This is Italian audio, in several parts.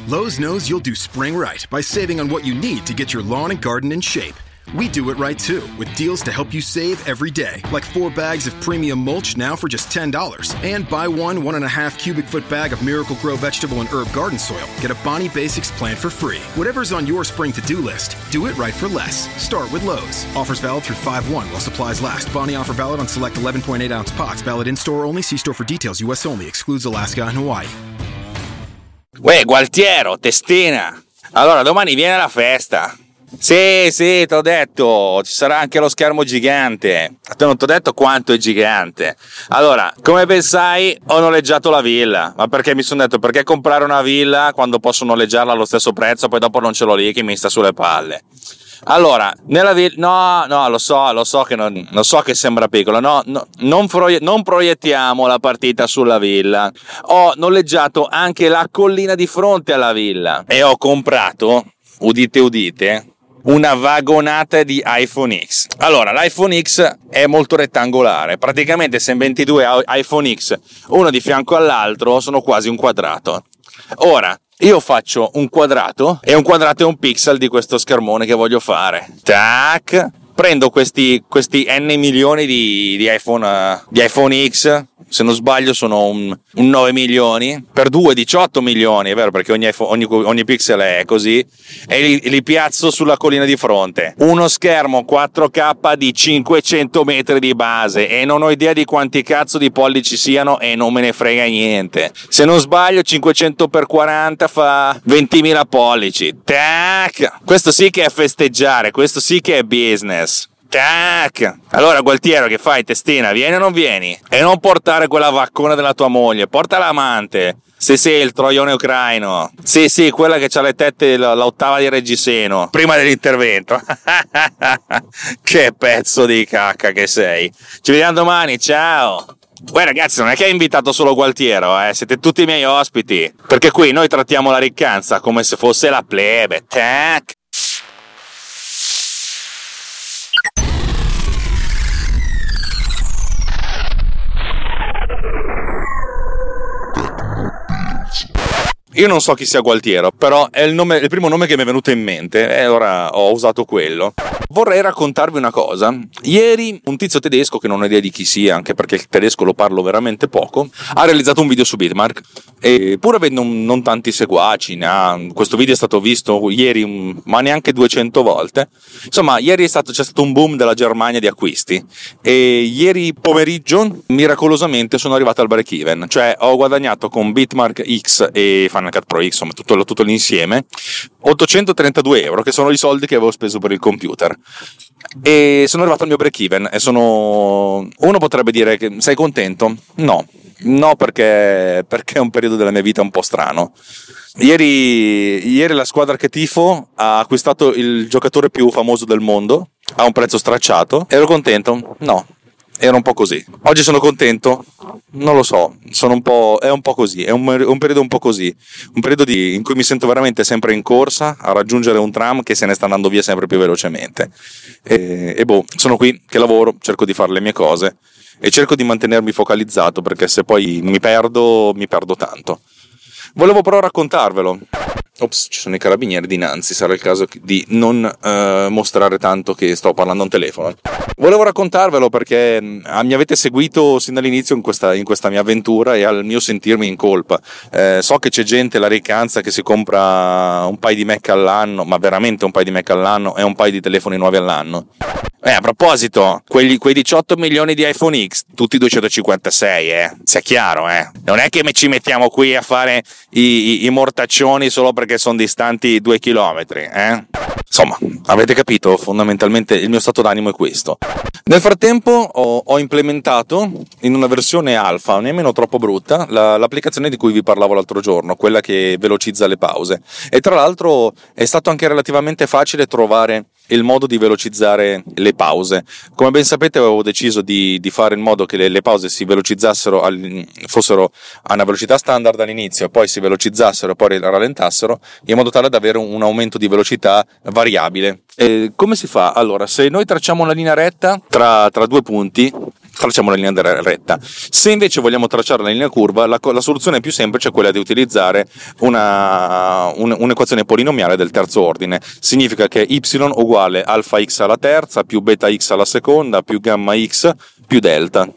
Lowe's knows you'll do spring right by saving on what you need to get your lawn and garden in shape. We do it right too, with deals to help you save every day, like 4 bags of premium mulch now for just $10. And buy 1.5 cubic foot bag of Miracle Grow vegetable and herb garden soil. Get a Bonnie Basics plant for free. Whatever's on your spring to-do list, do it right for less. Start with Lowe's. Offers valid through 5/1 while supplies last. Bonnie offer valid on select 11.8 ounce pots. Valid in-store only. See store for details. U.S. only. Excludes Alaska and Hawaii. Uè, Gualtiero, testina. Allora, domani viene la festa. Sì, t'ho detto, ci sarà anche lo schermo gigante. Non t'ho detto quanto è gigante. Allora, come ben sai, ho noleggiato la villa. Ma perché mi sono detto, perché comprare una villa quando posso noleggiarla allo stesso prezzo, poi dopo non ce l'ho lì che mi sta sulle palle. Allora, nella villa, no, lo so che non so che sembra piccolo, non proiettiamo la partita sulla villa. Ho noleggiato anche la collina di fronte alla villa e ho comprato, udite, una vagonata di iPhone X. Allora, l'iPhone X è molto rettangolare, praticamente se in 22 iPhone X uno di fianco all'altro sono quasi un quadrato. Ora, io faccio un quadrato e un pixel di questo schermone che voglio fare. Tac! Prendo questi n milioni di iPhone X, se non sbaglio sono un 9 milioni, per 2 18 milioni, è vero, perché ogni pixel è così, e li piazzo sulla collina di fronte. Uno schermo 4K di 500 metri di base e non ho idea di quanti cazzo di pollici siano e non me ne frega niente. Se non sbaglio 500 x 40 fa 20.000 pollici. Tac! Questo sì che è festeggiare, questo sì che è business. Tac! Allora, Gualtiero, che fai, testina? Vieni o non vieni? E non portare quella vaccona della tua moglie, porta l'amante. Sì, il troione ucraino. Sì, quella che c'ha le tette l'ottava di Reggiseno prima dell'intervento. Che pezzo di cacca che sei. Ci vediamo domani, ciao. Uè ragazzi, non è che hai invitato solo Gualtiero, siete tutti i miei ospiti, perché qui noi trattiamo la riccanza come se fosse la plebe. Tac! Io non so chi sia Gualtiero, però è il primo nome che mi è venuto in mente e allora ho usato quello. Vorrei raccontarvi una cosa. Ieri un tizio tedesco, che non ho idea di chi sia, anche perché il tedesco lo parlo veramente poco, ha realizzato un video su Bitmark e pur avendo non tanti seguaci, questo video è stato visto ieri ma neanche 200 volte. Insomma, ieri c'è stato un boom della Germania di acquisti e ieri pomeriggio miracolosamente sono arrivato al break even, cioè ho guadagnato con Bitmark X e Final Cut Pro X, insomma tutto l'insieme, 832 euro, che sono i soldi che avevo speso per il computer. E sono arrivato al mio break even e uno potrebbe dire che sei contento? No, perché è un periodo della mia vita un po' strano. Ieri la squadra che tifo ha acquistato il giocatore più famoso del mondo a un prezzo stracciato. Ero contento? No. Era un po' così. Oggi sono contento? Non lo so, è un po' così, è un periodo un po' così, un periodo in cui mi sento veramente sempre in corsa a raggiungere un tram che se ne sta andando via sempre più velocemente. Sono qui che lavoro, cerco di fare le mie cose e cerco di mantenermi focalizzato, perché se poi mi perdo tanto. Volevo però raccontarvelo. Ops, ci sono i carabinieri dinanzi, sarà il caso di non mostrare tanto che sto parlando a un telefono. Volevo raccontarvelo perché mi avete seguito sin dall'inizio in questa mia avventura e al mio sentirmi in colpa. So che c'è gente, la riccanza, che si compra un paio di Mac all'anno, ma veramente un paio di Mac all'anno e un paio di telefoni nuovi all'anno. A proposito, quei 18 milioni di iPhone X, tutti 256, sia chiaro, Non è che ci mettiamo qui a fare i mortaccioni solo perché sono distanti 2 chilometri, Insomma, avete capito, fondamentalmente il mio stato d'animo è questo. Nel frattempo ho implementato in una versione alfa, nemmeno troppo brutta, l'applicazione di cui vi parlavo l'altro giorno, quella che velocizza le pause. E tra l'altro è stato anche relativamente facile trovare il modo di velocizzare le pause. Come ben sapete, avevo deciso di fare in modo che le pause si velocizzassero, fossero a una velocità standard all'inizio, poi si velocizzassero e poi rallentassero, in modo tale da avere un aumento di velocità variabile. E come si fa? Allora, se noi tracciamo una linea retta tra due punti, tracciamo la linea retta. Se invece vogliamo tracciare la linea curva, la soluzione più semplice è quella di utilizzare un'equazione polinomiale del terzo ordine. Significa che y uguale alfa x alla terza più beta x alla seconda più gamma x più delta.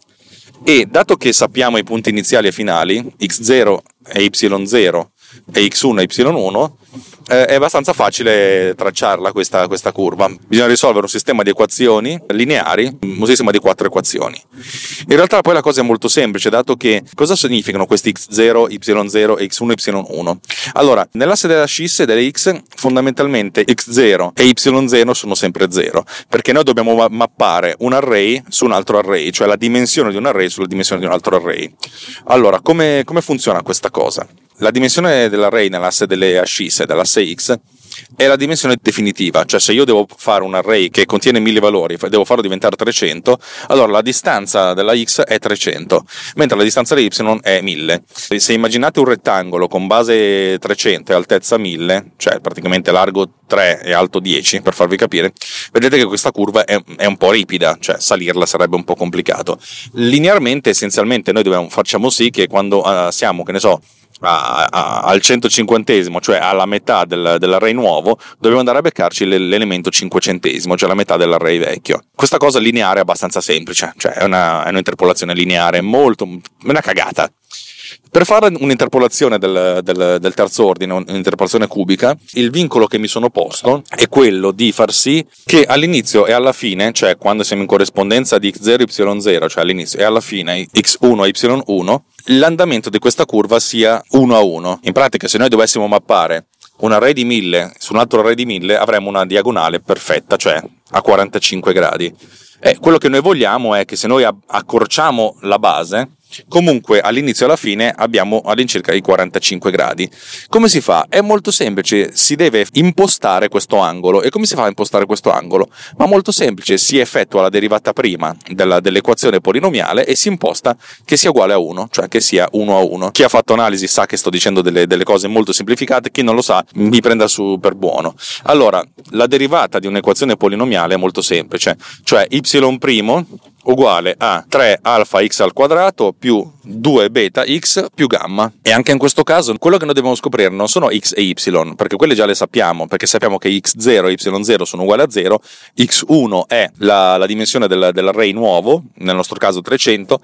E dato che sappiamo i punti iniziali e finali, x0 e y0 e x1 e y1, è abbastanza facile tracciarla questa curva. Bisogna risolvere un sistema di equazioni lineari, un sistema di 4 equazioni. In realtà poi la cosa è molto semplice, dato che cosa significano questi x0, y0 e x1 e y1? Allora, nell'asse delle ascisse delle x, fondamentalmente x0 e y0 sono sempre 0, perché noi dobbiamo mappare un array su un altro array, cioè la dimensione di un array sulla dimensione di un altro array. Allora, come funziona questa cosa? La dimensione dell'array nell'asse delle ascisse, dell'asse x, è la dimensione definitiva, cioè se io devo fare un array che contiene 1000 valori, devo farlo diventare 300, allora la distanza della x è 300, mentre la distanza di y è 1000. Se immaginate un rettangolo con base 300 e altezza 1000, cioè praticamente largo 3 e alto 10, per farvi capire, vedete che questa curva è un po' ripida, cioè salirla sarebbe un po' complicato. Linearmente, essenzialmente, noi facciamo sì che quando siamo, che ne so, al 150esimo, cioè alla metà dell'array nuovo, dobbiamo andare a beccarci l'elemento 500esimo, cioè la metà dell'array vecchio. Questa cosa lineare è abbastanza semplice, cioè è un'interpolazione lineare una cagata. Per fare un'interpolazione del terzo ordine, un'interpolazione cubica, il vincolo che mi sono posto è quello di far sì che all'inizio e alla fine, cioè quando siamo in corrispondenza di x0 e y0, cioè all'inizio e alla fine x1 e y1, l'andamento di questa curva sia 1 a 1. In pratica, se noi dovessimo mappare un array di 1000 su un altro array di 1000, avremmo una diagonale perfetta, cioè a 45 gradi. E quello che noi vogliamo è che se noi accorciamo la base, comunque all'inizio e alla fine abbiamo all'incirca i 45 gradi. Come si fa? È molto semplice, si deve impostare questo angolo. E come si fa a impostare questo angolo? Ma molto semplice, si effettua la derivata prima dell'equazione polinomiale e si imposta che sia uguale a 1, cioè che sia 1 a 1. Chi ha fatto analisi sa che sto dicendo delle cose molto semplificate, chi non lo sa mi prenda su per buono. Allora, la derivata di un'equazione polinomiale è molto semplice, cioè y' uguale a 3 alfa x al quadrato più 2 beta x più gamma. E anche in questo caso quello che noi dobbiamo scoprire non sono x e y, perché quelle già le sappiamo, perché sappiamo che x0 e y0 sono uguali a 0, x1 è la dimensione dell'array nuovo, nel nostro caso 300,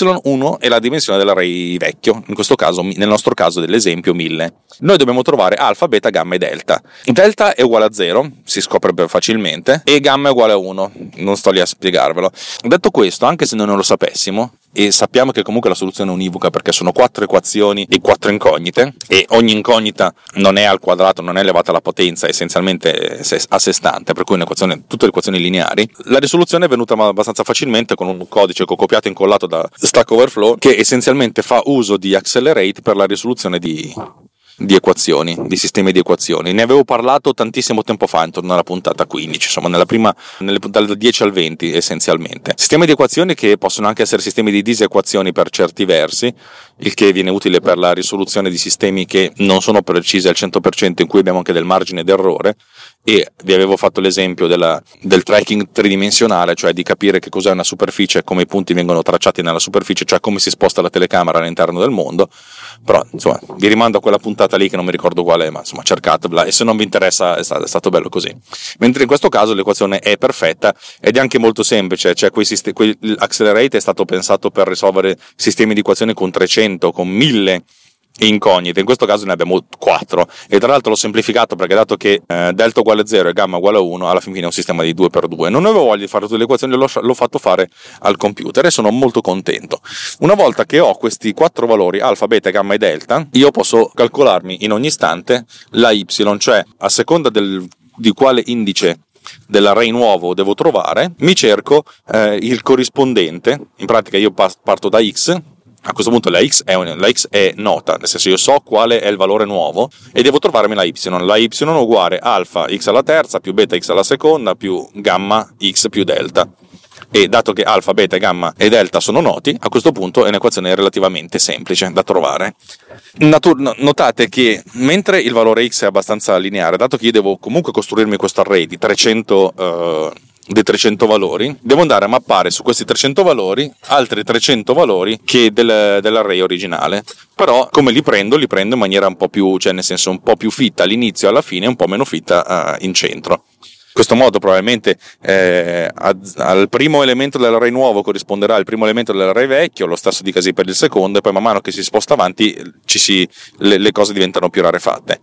y1 è la dimensione dell'array vecchio, in questo caso, nel nostro caso dell'esempio 1000. Noi dobbiamo trovare alfa, beta, gamma e delta. Delta è uguale a 0, si scopre facilmente, e gamma è uguale a 1, non sto lì a spiegarvelo. Detto questo, anche se noi non lo sapessimo, e sappiamo che comunque la soluzione è univoca perché sono 4 equazioni e 4 incognite, e ogni incognita non è al quadrato, non è elevata alla potenza, è essenzialmente a sé stante, per cui tutte le equazioni lineari. La risoluzione è venuta abbastanza facilmente con un codice che ho copiato e incollato da Stack Overflow, che essenzialmente fa uso di Accelerate per la risoluzione di equazioni, di sistemi di equazioni. Ne avevo parlato tantissimo tempo fa, intorno alla puntata 15, insomma nelle puntate dal 10 al 20 essenzialmente. Sistemi di equazioni che possono anche essere sistemi di disequazioni per certi versi, il che viene utile per la risoluzione di sistemi che non sono precisi al 100%, in cui abbiamo anche del margine d'errore. E vi avevo fatto l'esempio del tracking tridimensionale, cioè di capire che cos'è una superficie e come i punti vengono tracciati nella superficie, cioè come si sposta la telecamera all'interno del mondo. Però insomma vi rimando a quella puntata lì che non mi ricordo qual è, ma insomma cercatela, e se non vi interessa è stato bello così. Mentre in questo caso l'equazione è perfetta ed è anche molto semplice, cioè l'Accelerate è stato pensato per risolvere sistemi di equazioni con 300, con 1000 incognite. In questo caso ne abbiamo 4, e tra l'altro l'ho semplificato perché, dato che delta uguale 0 e gamma uguale a 1, alla fine è un sistema di 2x2. Non avevo voglia di fare tutte le equazioni, l'ho fatto fare al computer e sono molto contento. Una volta che ho questi 4 valori, alfa, beta, gamma e delta, io posso calcolarmi in ogni istante la y, cioè a seconda di quale indice dell'array nuovo devo trovare, mi cerco il corrispondente. In pratica io parto da x. A questo punto la x è nota, nel senso io so quale è il valore nuovo e devo trovarmi la y. La y è uguale alfa x alla terza più beta x alla seconda più gamma x più delta. E dato che alfa, beta, gamma e delta sono noti, a questo punto è un'equazione relativamente semplice da trovare. Notate che mentre il valore x è abbastanza lineare, dato che io devo comunque costruirmi questo array di 300 dei 300 valori, devo andare a mappare su questi 300 valori altri 300 valori che dell'array originale. Però come li prendo in maniera un po' più, cioè nel senso un po' più fitta all'inizio e alla fine, un po' meno fitta in centro. In questo modo probabilmente al primo elemento dell'array nuovo corrisponderà al primo elemento dell'array vecchio, lo stesso dicasi per il secondo, e poi man mano che si sposta avanti le cose diventano più rarefatte.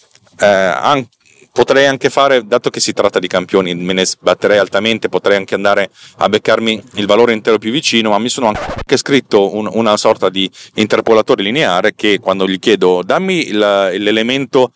Potrei anche fare, dato che si tratta di campioni, me ne sbatterei altamente, potrei anche andare a beccarmi il valore intero più vicino, ma mi sono anche scritto una sorta di interpolatore lineare che, quando gli chiedo dammi l'elemento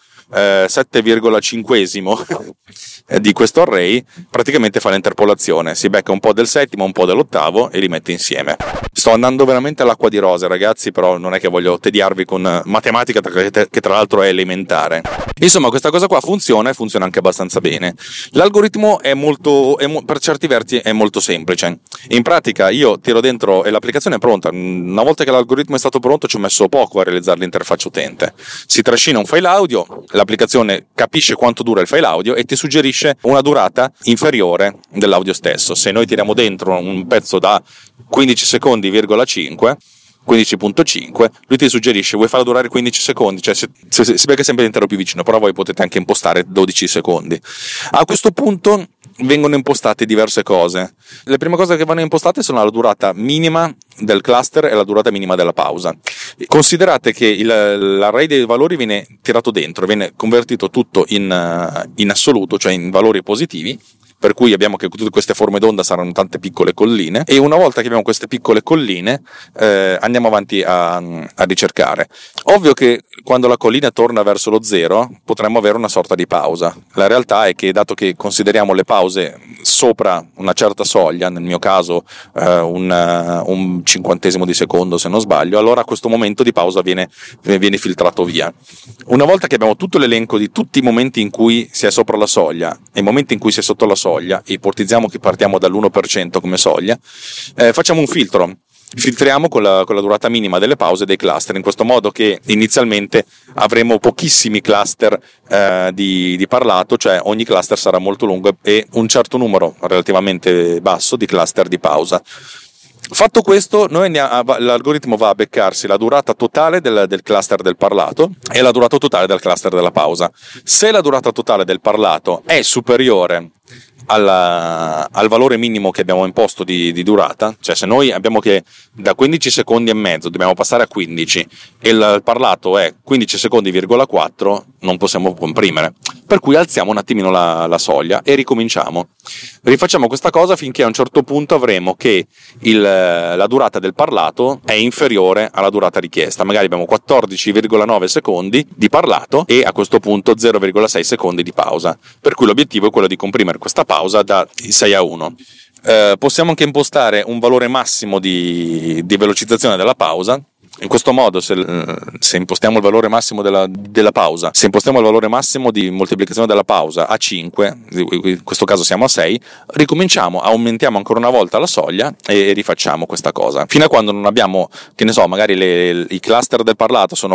7,5 di questo array, praticamente fa l'interpolazione, si becca un po' del settimo, un po' dell'ottavo e li mette insieme. Sto andando veramente all'acqua di rose, ragazzi, però non è che voglio tediarvi con matematica che tra l'altro è elementare. Insomma, questa cosa qua funziona e funziona anche abbastanza bene. L'algoritmo è per certi versi è molto semplice. In pratica io tiro dentro e l'applicazione è pronta. Una volta che l'algoritmo è stato pronto ci ho messo poco a realizzare l'interfaccia utente. Si trascina un file audio, l'applicazione capisce quanto dura il file audio e ti suggerisce una durata inferiore dell'audio stesso. Se noi tiriamo dentro un pezzo da 15 secondi,5, 15.5, lui ti suggerisce vuoi farlo durare 15 secondi, cioè si becca sempre l'intero più vicino, però voi potete anche impostare 12 secondi. A questo punto vengono impostate diverse cose. Le prime cose che vanno impostate sono la durata minima del cluster e la durata minima della pausa. Considerate che l'array dei valori viene tirato dentro, viene convertito tutto in assoluto, cioè in valori positivi, per cui abbiamo che tutte queste forme d'onda saranno tante piccole colline, e una volta che abbiamo queste piccole colline andiamo avanti a ricercare. Ovvio che quando la collina torna verso lo zero potremmo avere una sorta di pausa. La realtà è che, dato che consideriamo le pause sopra una certa soglia, nel mio caso un cinquantesimo di secondo se non sbaglio, allora questo momento di pausa viene filtrato via. Una volta che abbiamo tutto l'elenco di tutti i momenti in cui si è sopra la soglia e i momenti in cui si è sotto la soglia, ipotizziamo che partiamo dall'1% come soglia, facciamo un filtro. Filtriamo con la durata minima delle pause dei cluster, in questo modo che inizialmente avremo pochissimi cluster di parlato, cioè ogni cluster sarà molto lungo, e un certo numero relativamente basso di cluster di pausa. Fatto questo, l'algoritmo va a beccarsi la durata totale del cluster del parlato e la durata totale del cluster della pausa. Se la durata totale del parlato è superiore al valore minimo che abbiamo imposto di durata, cioè se noi abbiamo che da 15 secondi e mezzo dobbiamo passare a 15 e il parlato è 15 secondi,4, non possiamo comprimere, per cui alziamo un attimino la soglia e ricominciamo. Rifacciamo questa cosa finché a un certo punto avremo che la durata del parlato è inferiore alla durata richiesta. Magari abbiamo 14,9 secondi di parlato e a questo punto 0,6 secondi di pausa, per cui l'obiettivo è quello di comprimere questa pausa da 6 a 1. Possiamo anche impostare un valore massimo di velocizzazione della pausa. In questo modo, se impostiamo il valore massimo della pausa, se impostiamo il valore massimo di moltiplicazione della pausa a 5, in questo caso siamo a 6, ricominciamo, aumentiamo ancora una volta la soglia e rifacciamo questa cosa, fino a quando non abbiamo, che ne so, magari i cluster del parlato sono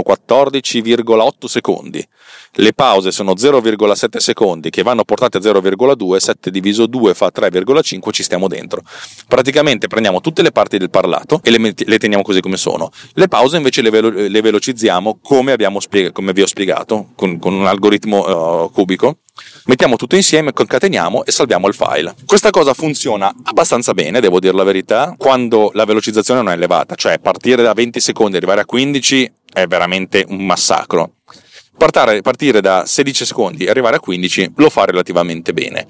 14,8 secondi, le pause sono 0,7 secondi che vanno portate a 0,2, 7 diviso 2 fa 3,5, ci stiamo dentro. Praticamente prendiamo tutte le parti del parlato e le teniamo così come sono. Le pause invece le velocizziamo come vi ho spiegato, con un algoritmo cubico. Mettiamo tutto insieme, concateniamo e salviamo il file. Questa cosa funziona abbastanza bene, devo dire la verità, quando la velocizzazione non è elevata, cioè partire da 20 secondi e arrivare a 15 è veramente un massacro. Partire da 16 secondi e arrivare a 15 lo fa relativamente bene.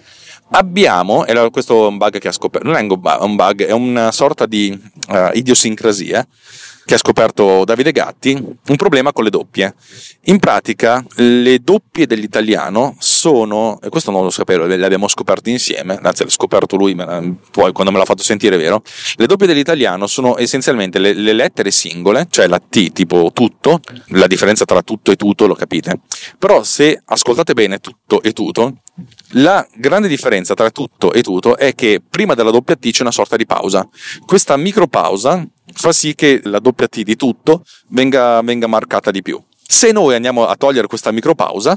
Questo è un bug che ha scoperto, non è un bug, è una sorta di idiosincrasia che ha scoperto Davide Gatti, un problema con le doppie. In pratica le doppie dell'italiano sono, e questo non lo sapevo, le abbiamo scoperte insieme, anzi l'ha scoperto lui poi quando me l'ha fatto sentire, vero? Le doppie dell'italiano sono essenzialmente le lettere singole, cioè la T tipo tutto, la differenza tra tutto e tutto lo capite, però se ascoltate bene tutto e tutto, la grande differenza tra tutto e tutto è che prima della doppia T c'è una sorta di pausa. Questa micropausa fa sì che la doppia T di tutto venga marcata di più. Se noi andiamo a togliere questa micropausa,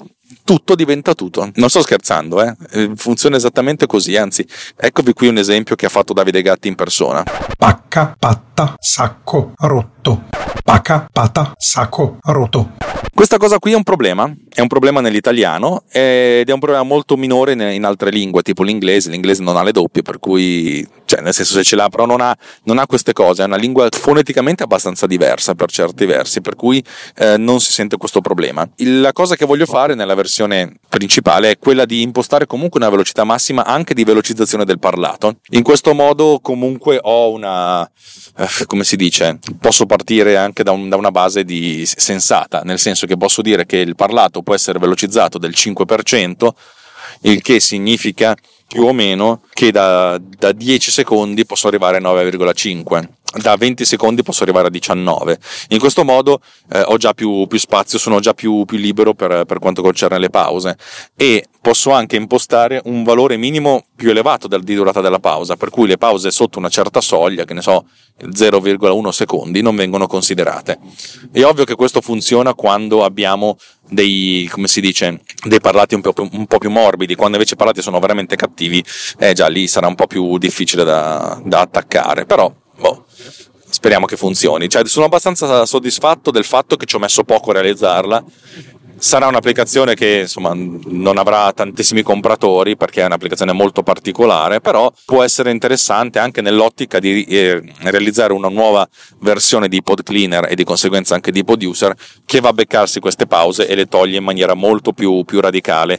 tutto diventa tutto. Non sto scherzando, funziona esattamente così, anzi, eccovi qui un esempio che ha fatto Davide Gatti in persona. Pacca, patta, sacco, rotto. Pacca, patta, sacco, rotto. Questa cosa qui è un problema nell'italiano ed è un problema molto minore in altre lingue, tipo l'inglese non ha le doppie, per cui, cioè nel senso se ce l'ha, però non ha queste cose, è una lingua foneticamente abbastanza diversa per certi versi, per cui non si sente questo problema. La cosa che voglio fare nella versione principale è quella di impostare comunque una velocità massima anche di velocizzazione del parlato. In questo modo comunque ho una, come si dice, posso partire anche da una base sensata, nel senso che posso dire che il parlato può essere velocizzato del 5%, il che significa più o meno che da 10 secondi posso arrivare a 9,5, da 20 secondi posso arrivare a 19. In questo modo ho già più spazio, sono già più libero per quanto concerne le pause, e posso anche impostare un valore minimo più elevato di durata della pausa, per cui le pause sotto una certa soglia, che ne so, 0,1 secondi, non vengono considerate. È ovvio che questo funziona quando abbiamo dei parlati un po' più morbidi. Quando invece i parlati sono veramente cattivi, già lì sarà un po' più difficile da attaccare, però speriamo che funzioni. Cioè, sono abbastanza soddisfatto del fatto che ci ho messo poco a realizzarla. Sarà un'applicazione che insomma non avrà tantissimi compratori perché è un'applicazione molto particolare, però può essere interessante anche nell'ottica di realizzare una nuova versione di Pod Cleaner e di conseguenza anche di Poduser, che va a beccarsi queste pause e le toglie in maniera molto più radicale.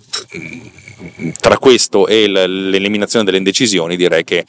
Tra questo e l'eliminazione delle indecisioni, direi che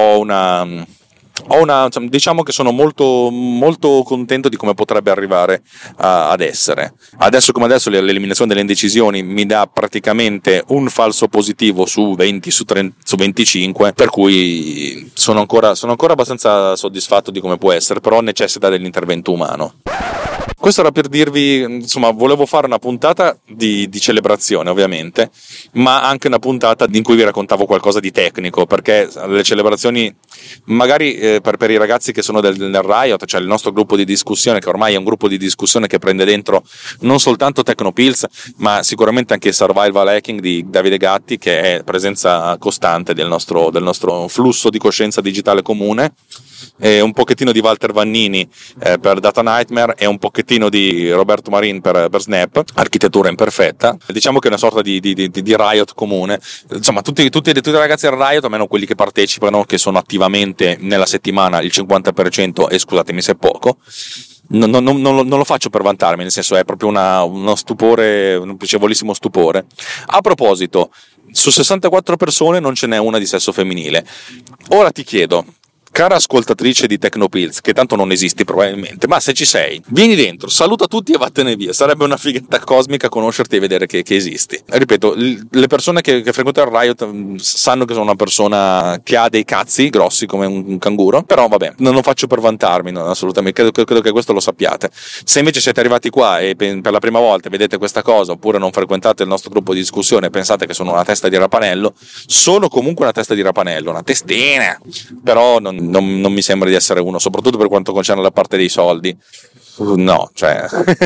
diciamo che sono molto molto contento di come potrebbe arrivare ad essere. Adesso come adesso l'eliminazione delle indecisioni mi dà praticamente un falso positivo su 20 su 25, per cui sono ancora abbastanza soddisfatto di come può essere, però necessita dell'intervento umano. Questo era per dirvi, insomma, volevo fare una puntata di celebrazione ovviamente, ma anche una puntata in cui vi raccontavo qualcosa di tecnico, perché le celebrazioni magari per i ragazzi che sono nel Riot, cioè il nostro gruppo di discussione, che ormai è un gruppo di discussione che prende dentro non soltanto Tecnopills, ma sicuramente anche il Survival Hacking di Davide Gatti, che è presenza costante del nostro flusso di coscienza digitale comune, un pochettino di Walter Vannini per Data Nightmare e un pochettino di Roberto Marin per Snap, architettura imperfetta. Diciamo che è una sorta di Riot comune, insomma tutti i ragazzi del Riot, almeno quelli che partecipano, che sono attivamente nella settimana il 50%, e scusatemi se è poco, non lo faccio per vantarmi, nel senso è proprio uno stupore, un piacevolissimo stupore. A proposito, su 64 persone non ce n'è una di sesso femminile. Ora ti chiedo, cara ascoltatrice di Tecnopills, che tanto non esisti probabilmente, ma se ci sei, vieni dentro, saluta tutti e vattene via. Sarebbe una figata cosmica conoscerti e vedere che esisti. Ripeto, le persone che frequentano il Riot sanno che sono una persona che ha dei cazzi grossi come un canguro, però vabbè, non lo faccio per vantarmi, no, assolutamente, credo che questo lo sappiate. Se invece siete arrivati qua e per la prima volta vedete questa cosa, oppure non frequentate il nostro gruppo di discussione e pensate che sono una testa di rapanello, sono comunque una testa di rapanello, una testina, però non mi sembra di essere uno, soprattutto per quanto concerne la parte dei soldi. No, cioè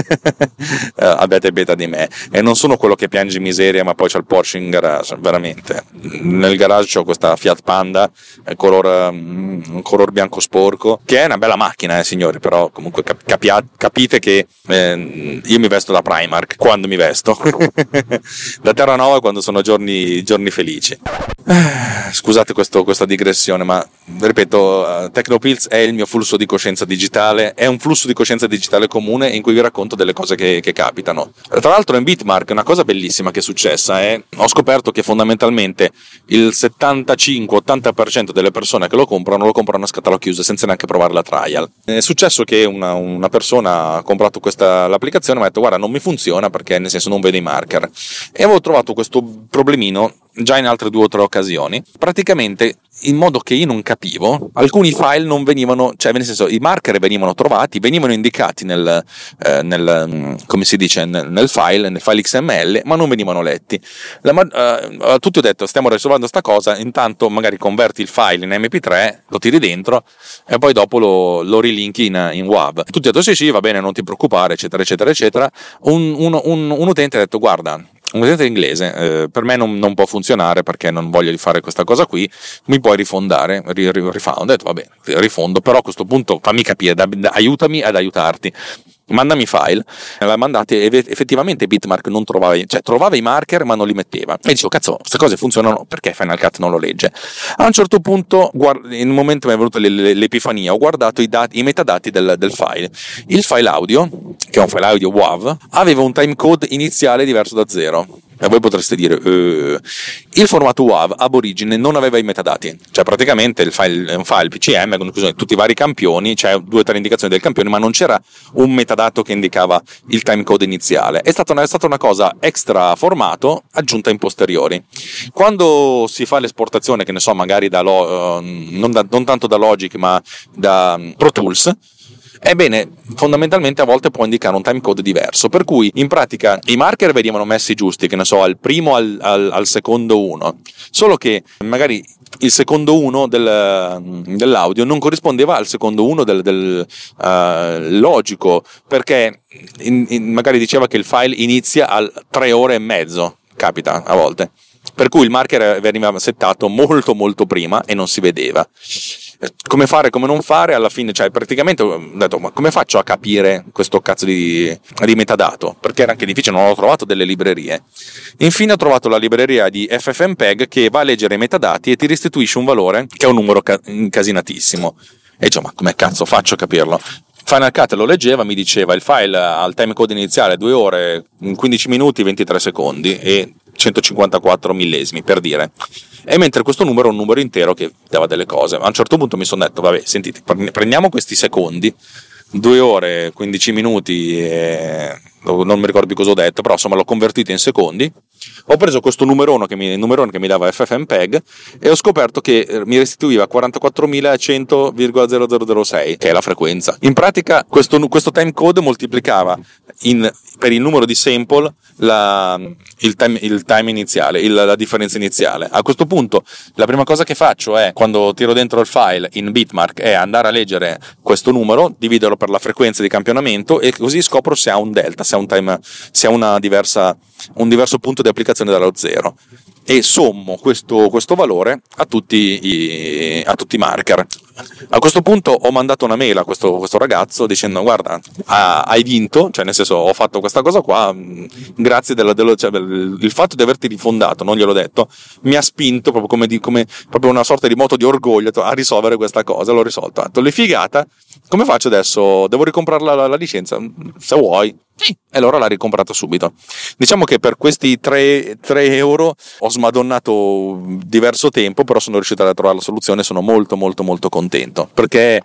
abbiate beta di me, e non sono quello che piange miseria ma poi c'ho il Porsche in garage, veramente. Nel garage c'ho questa Fiat Panda color bianco sporco, che è una bella macchina, signori, però comunque capite che io mi vesto da Primark quando mi vesto da Terranova quando sono giorni felici. Scusate questa digressione, ma ripeto, Tecnopills è il mio flusso di coscienza digitale, è un flusso di coscienza digitale comune in cui vi racconto delle cose che capitano. Tra l'altro in Bitmark una cosa bellissima che è successa è, ho scoperto che fondamentalmente il 75-80% delle persone che lo comprano a scatola chiusa senza neanche provare la trial. È successo che una persona ha comprato l'applicazione e mi ha detto: guarda, non mi funziona perché nel senso non vede i marker, e avevo trovato questo problemino già in altre 2 o 3 occasioni, praticamente in modo che io non capivo, alcuni file non venivano, cioè nel senso i marker venivano trovati, venivano indicati nel come si dice, nel file XML, ma non venivano letti. Tutti ho detto: stiamo risolvendo sta cosa, intanto magari converti il file in MP3, lo tiri dentro e poi dopo lo rilinki in WAV. Tutti hanno detto sì, va bene, non ti preoccupare, eccetera eccetera eccetera. Un utente ha detto: guarda, utente inglese, per me non può funzionare perché non voglio di fare questa cosa qui, mi puoi rifondare, rifund. Ho detto va bene, rifondo, però a questo punto fammi capire, aiutami ad aiutarti. Mandami file, l'ha mandati e effettivamente Bitmark non trovava, cioè trovava i marker ma non li metteva, e dicevo cazzo, queste cose funzionano, perché Final Cut non lo legge? A un certo punto, in un momento mi è venuta l'epifania, ho guardato i metadati del file. Il file audio, che è un file audio WAV, aveva un timecode iniziale diverso da 0. E voi potreste dire il formato WAV ab origine non aveva i metadati, cioè praticamente il file è un file PCM con tutti i vari campioni, c'è 2 o 3 indicazioni del campione, ma non c'era un metadato che indicava il timecode iniziale. È stata una cosa extra formato aggiunta in posteriori. Quando si fa l'esportazione, che ne so, magari non tanto da Logic ma da Pro Tools, ebbene, fondamentalmente a volte può indicare un timecode diverso, per cui in pratica i marker venivano messi giusti, che ne so, al primo al secondo 1, solo che magari il secondo 1 dell'audio non corrispondeva al secondo 1 del logico, perché magari diceva che il file inizia al 3 ore e mezzo, capita a volte, per cui il marker veniva settato molto molto prima e non si vedeva. Come fare, come non fare, alla fine, cioè praticamente ho detto ma come faccio a capire questo cazzo di metadato, perché era anche difficile, non ho trovato delle librerie. Infine ho trovato la libreria di FFmpeg che va a leggere i metadati e ti restituisce un valore che è un numero incasinatissimo, e dicevo ma come cazzo faccio a capirlo? Final Cut lo leggeva, mi diceva il file al timecode iniziale 2 ore 15 minuti 23 secondi e 154 millesimi, per dire. E mentre questo numero è un numero intero che dava delle cose. A un certo punto mi sono detto vabbè, sentite, prendiamo questi secondi, 2 ore 15 minuti e non mi ricordo più cosa ho detto, però insomma l'ho convertito in secondi. Ho preso questo numerone che mi dava FFmpeg e ho scoperto che mi restituiva 44.100,0006, che è la frequenza. In pratica questo timecode moltiplicava per il numero di sample il time iniziale, la differenza iniziale. A questo punto la prima cosa che faccio è, quando tiro dentro il file in Bitmark, è andare a leggere questo numero, dividerlo per la frequenza di campionamento e così scopro se ha un delta, se ha un diverso punto di applicazione dallo 0, e sommo questo valore a tutti i marker. A questo punto ho mandato una mail a questo ragazzo dicendo guarda, hai vinto, cioè nel senso ho fatto questa cosa qua, grazie il fatto di averti rifondato, non gliel'ho detto, mi ha spinto proprio come proprio una sorta di moto di orgoglio a risolvere questa cosa. L'ho risolto, ho detto, le figata, come faccio adesso? Devo ricomprare la licenza? Se vuoi. Sì. E allora l'ha ricomprata subito. Diciamo che per questi 3 euro ho smadonnato diverso tempo, però sono riuscito a trovare la soluzione. Sono molto molto molto contento, perché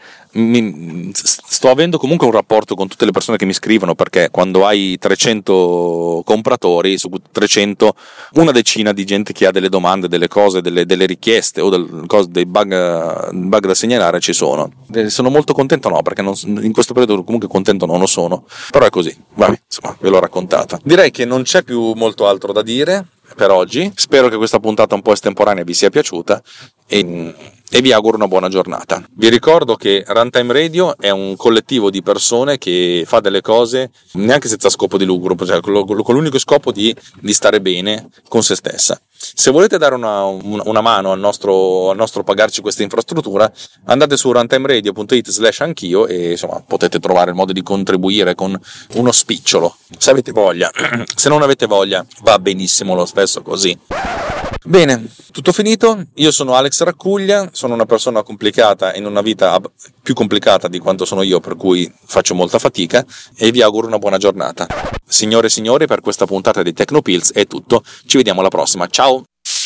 sto avendo comunque un rapporto con tutte le persone che mi scrivono, perché quando hai 300 compratori su 300, una decina di gente che ha delle domande, delle cose, delle richieste o dei bug da segnalare ci sono. Sono molto contento, no, perché in questo periodo comunque contento non lo sono, però è così. Vabbè, insomma, ve l'ho raccontata. Direi che non c'è più molto altro da dire per oggi. Spero che questa puntata un po' estemporanea vi sia piaciuta e vi auguro una buona giornata. Vi ricordo che Runtime Radio è un collettivo di persone che fa delle cose neanche senza scopo di lucro, cioè con l'unico scopo di stare bene con se stessa. Se volete dare una mano al nostro pagarci questa infrastruttura, andate su runtimeradio.it/anch'io e insomma potete trovare il modo di contribuire con uno spicciolo, se avete voglia. Se non avete voglia va benissimo lo stesso così. Bene, tutto finito. Io sono Alex Raccuglia, sono una persona complicata in una vita più complicata di quanto sono io, per cui faccio molta fatica, e vi auguro una buona giornata. Signore e signori, per questa puntata di Technopills è tutto, ci vediamo alla prossima, ciao!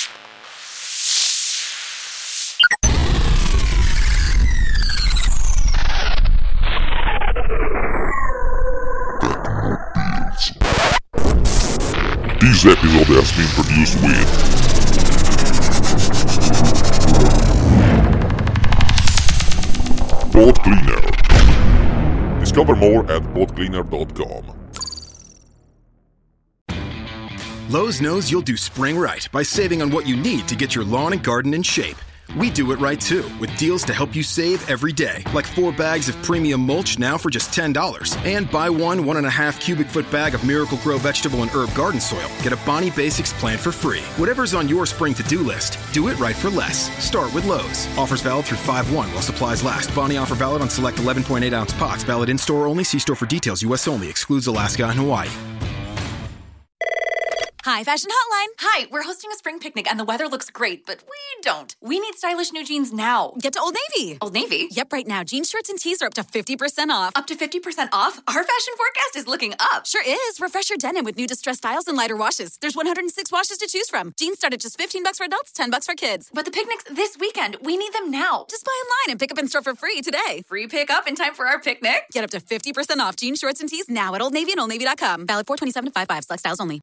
This episode has been produced with Pod Cleaner. Discover more at podcleaner.com. Lowe's knows you'll do spring right by saving on what you need to get your lawn and garden in shape. We do it right too, with deals to help you save every day. Like 4 bags of premium mulch now for just $10. And buy 1.5 cubic foot bag of Miracle-Gro vegetable and herb garden soil. Get a Bonnie Basics plant for free. Whatever's on your spring to-do list, do it right for less. Start with Lowe's. Offers valid through 5/1 while supplies last. Bonnie offer valid on select 11.8-ounce pots. Valid in-store only. See store for details. U.S. only. Excludes Alaska and Hawaii. Hi, Fashion Hotline. Hi, we're hosting a spring picnic and the weather looks great, but we don't. We need stylish new jeans now. Get to Old Navy. Old Navy? Yep, right now. Jeans, shirts, and tees are up to 50% off. Up to 50% off? Our fashion forecast is looking up. Sure is. Refresh your denim with new distressed styles and lighter washes. There's 106 washes to choose from. Jeans start at just $15 for adults, $10 for kids. But the picnic's this weekend. We need them now. Just buy online and pick up in store for free today. Free pickup in time for our picnic? Get up to 50% off jeans, shorts, and tees now at Old Navy and OldNavy.com. Valid 4/27/55. Select styles only.